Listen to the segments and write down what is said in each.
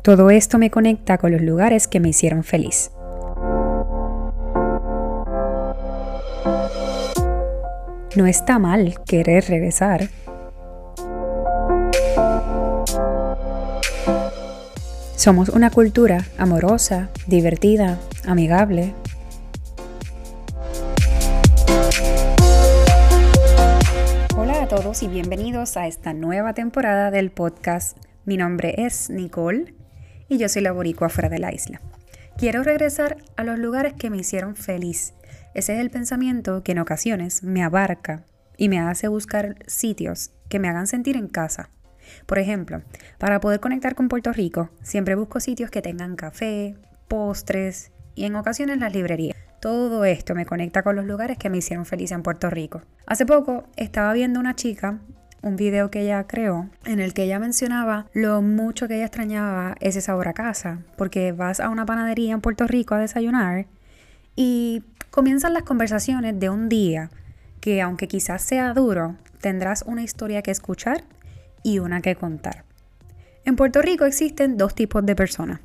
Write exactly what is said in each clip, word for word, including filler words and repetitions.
Todo esto me conecta con los lugares que me hicieron feliz. No está mal querer regresar. Somos una cultura amorosa, divertida, amigable. Hola a todos y bienvenidos a esta nueva temporada del podcast. Mi nombre es Nicole y yo soy la boricua fuera de la isla. Quiero regresar a los lugares que me hicieron feliz. Ese es el pensamiento que en ocasiones me abarca y me hace buscar sitios que me hagan sentir en casa. Por ejemplo, para poder conectar con Puerto Rico, siempre busco sitios que tengan café, postres y en ocasiones las librerías. Todo esto me conecta con los lugares que me hicieron feliz en Puerto Rico. Hace poco estaba viendo una chica, un video que ella creó, en el que ella mencionaba lo mucho que ella extrañaba ese sabor a casa, porque vas a una panadería en Puerto Rico a desayunar y comienzan las conversaciones de un día que, aunque quizás sea duro, tendrás una historia que escuchar y una que contar. En Puerto Rico existen dos tipos de personas: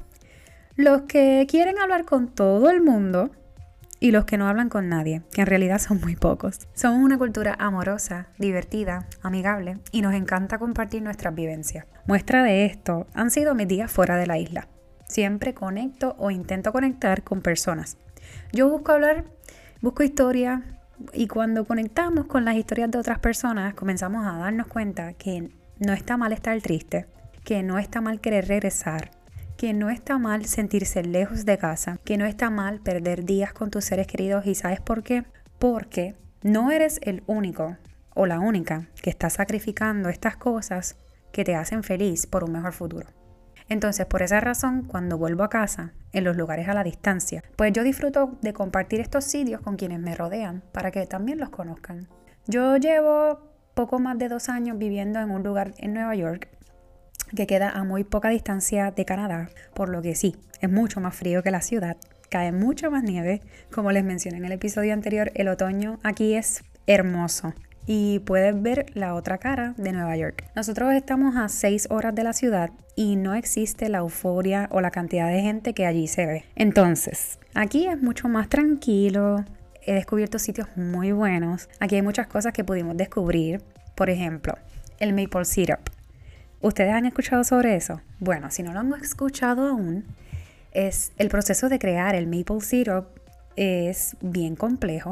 los que quieren hablar con todo el mundo y los que no hablan con nadie, que en realidad son muy pocos. Somos una cultura amorosa, divertida, amigable y nos encanta compartir nuestras vivencias. Muestra de esto han sido mis días fuera de la isla. Siempre conecto o intento conectar con personas. Yo busco hablar, busco historias y cuando conectamos con las historias de otras personas comenzamos a darnos cuenta que no está mal estar triste, que no está mal querer regresar, que no está mal sentirse lejos de casa, que no está mal perder días con tus seres queridos. ¿Y sabes por qué? Porque no eres el único o la única que está sacrificando estas cosas que te hacen feliz por un mejor futuro. Entonces, por esa razón, cuando vuelvo a casa, en los lugares a la distancia, pues yo disfruto de compartir estos sitios con quienes me rodean para que también los conozcan. Yo llevo poco más de dos años viviendo en un lugar en Nueva York que queda a muy poca distancia de Canadá, por lo que sí, es mucho más frío que la ciudad, cae mucho más nieve. Como les mencioné en el episodio anterior, el otoño aquí es hermoso y puedes ver la otra cara de Nueva York. Nosotros estamos a seis horas de la ciudad y no existe la euforia o la cantidad de gente que allí se ve. Entonces, aquí es mucho más tranquilo. He descubierto sitios muy buenos. Aquí hay muchas cosas que pudimos descubrir. Por ejemplo, el maple syrup. ¿Ustedes han escuchado sobre eso? Bueno, si no lo han escuchado aún, es el proceso de crear el maple syrup es bien complejo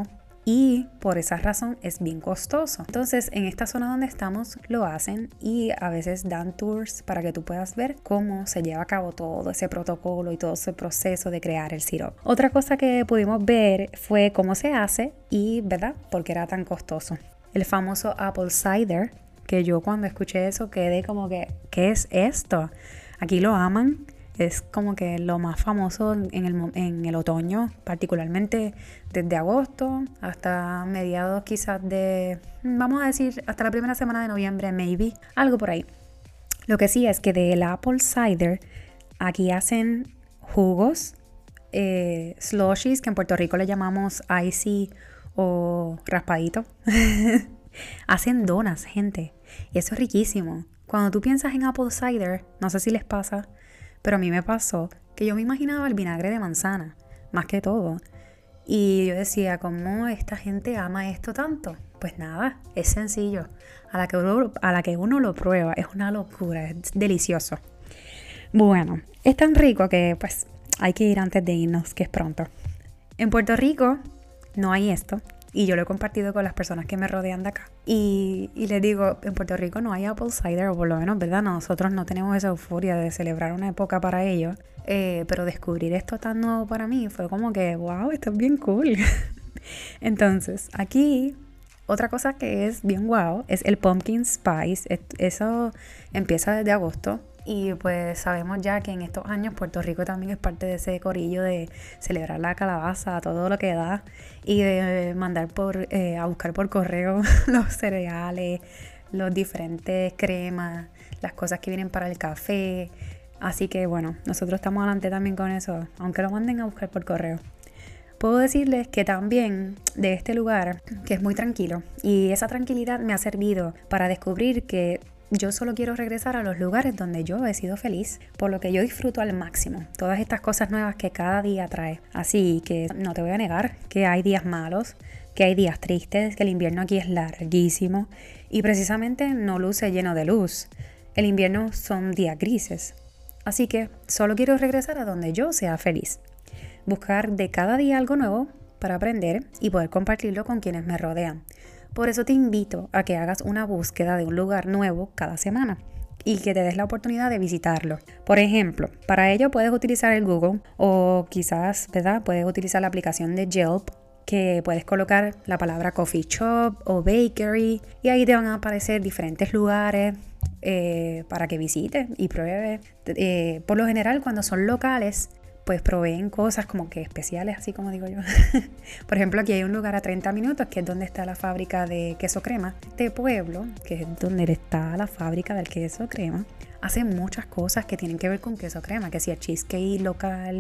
y por esa razón es bien costoso. Entonces, en esta zona donde estamos lo hacen y a veces dan tours para que tú puedas ver cómo se lleva a cabo todo ese protocolo y todo ese proceso de crear el syrup. Otra cosa que pudimos ver fue cómo se hace y, ¿verdad?, por qué era tan costoso. El famoso apple cider, que yo cuando escuché eso quedé como que, ¿qué es esto? Aquí lo aman, es como que lo más famoso en el, en el otoño, particularmente desde agosto hasta mediados quizás de, vamos a decir, hasta la primera semana de noviembre, maybe, algo por ahí. Lo que sí es que del apple cider aquí hacen jugos, eh, slushies, que en Puerto Rico le llamamos icy o raspadito. Hacen donas, gente, y eso es riquísimo. Cuando tú piensas en apple cider, no sé si les pasa, pero a mí me pasó que yo me imaginaba el vinagre de manzana, más que todo. Y yo decía, ¿cómo esta gente ama esto tanto? Pues nada, es sencillo. A la que uno, a la que uno lo prueba, es una locura, es delicioso. Bueno, es tan rico que pues hay que ir antes de irnos, que es pronto. En Puerto Rico no hay esto. Y yo lo he compartido con las personas que me rodean de acá. Y, y les digo, en Puerto Rico no hay apple cider, o por lo menos, ¿verdad? Nosotros no tenemos esa euforia de celebrar una época para ello. Eh, pero descubrir esto tan nuevo para mí fue como que, wow, esto es bien cool. Entonces, aquí, otra cosa que es bien wow es el pumpkin spice. Eso empieza desde agosto. Y pues sabemos ya que en estos años Puerto Rico también es parte de ese corillo de celebrar la calabaza, todo lo que da, y de mandar por eh, a buscar por correo los cereales, los diferentes cremas, las cosas que vienen para el café. Así que bueno, nosotros estamos adelante también con eso, aunque lo manden a buscar por correo. Puedo decirles que también de este lugar, que es muy tranquilo, y esa tranquilidad me ha servido para descubrir que yo solo quiero regresar a los lugares donde yo he sido feliz, por lo que yo disfruto al máximo todas estas cosas nuevas que cada día trae. Así que no te voy a negar que hay días malos, que hay días tristes, que el invierno aquí es larguísimo y precisamente no luce lleno de luz. El invierno son días grises. Así que solo quiero regresar a donde yo sea feliz. Buscar de cada día algo nuevo para aprender y poder compartirlo con quienes me rodean. Por eso te invito a que hagas una búsqueda de un lugar nuevo cada semana y que te des la oportunidad de visitarlo. Por ejemplo, para ello puedes utilizar el Google o quizás, ¿verdad? Puedes utilizar la aplicación de Yelp, que puedes colocar la palabra coffee shop o bakery y ahí te van a aparecer diferentes lugares eh, para que visites y pruebes. Eh, por lo general, cuando son locales, pues proveen cosas como que especiales, así como digo yo. Por ejemplo, aquí hay un lugar a treinta minutos que es donde está la fábrica de queso crema. Este pueblo, que es donde está la fábrica del queso crema, hace muchas cosas que tienen que ver con queso crema, que si el cheesecake local,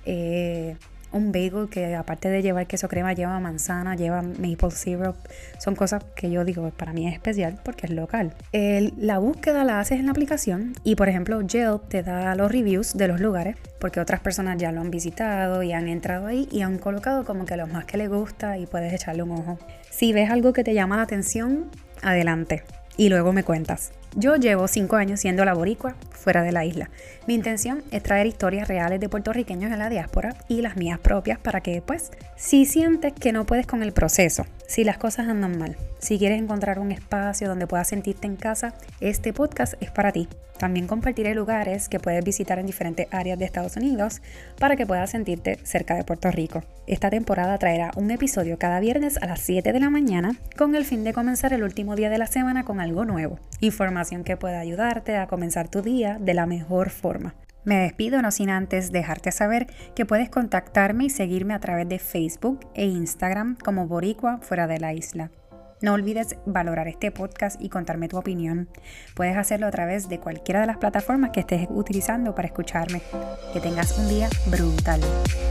eh, un bagel que aparte de llevar queso crema lleva manzana, lleva maple syrup. Son cosas que yo digo, para mí es especial porque es local. El, la búsqueda la haces en la aplicación y por ejemplo Yelp te da los reviews de los lugares porque otras personas ya lo han visitado y han entrado ahí y han colocado como que los más que les gusta y puedes echarle un ojo. Si ves algo que te llama la atención, adelante y luego me cuentas. Yo llevo cinco años siendo la boricua fuera de la isla. Mi intención es traer historias reales de puertorriqueños en la diáspora y las mías propias para que, pues, si sientes que no puedes con el proceso, si las cosas andan mal, si quieres encontrar un espacio donde puedas sentirte en casa, este podcast es para ti. También compartiré lugares que puedes visitar en diferentes áreas de Estados Unidos para que puedas sentirte cerca de Puerto Rico. Esta temporada traerá un episodio cada viernes a las siete de la mañana con el fin de comenzar el último día de la semana con algo nuevo. Información que pueda ayudarte a comenzar tu día de la mejor forma. Me despido no sin antes dejarte saber que puedes contactarme y seguirme a través de Facebook e Instagram como Boricua Fuera de la Isla. No olvides valorar este podcast y contarme tu opinión. Puedes hacerlo a través de cualquiera de las plataformas que estés utilizando para escucharme. Que tengas un día brutal.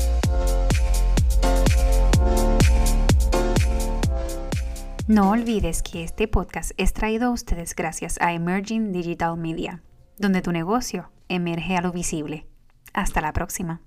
No olvides que este podcast es traído a ustedes gracias a Emerging Digital Media, donde tu negocio emerge a lo visible. Hasta la próxima.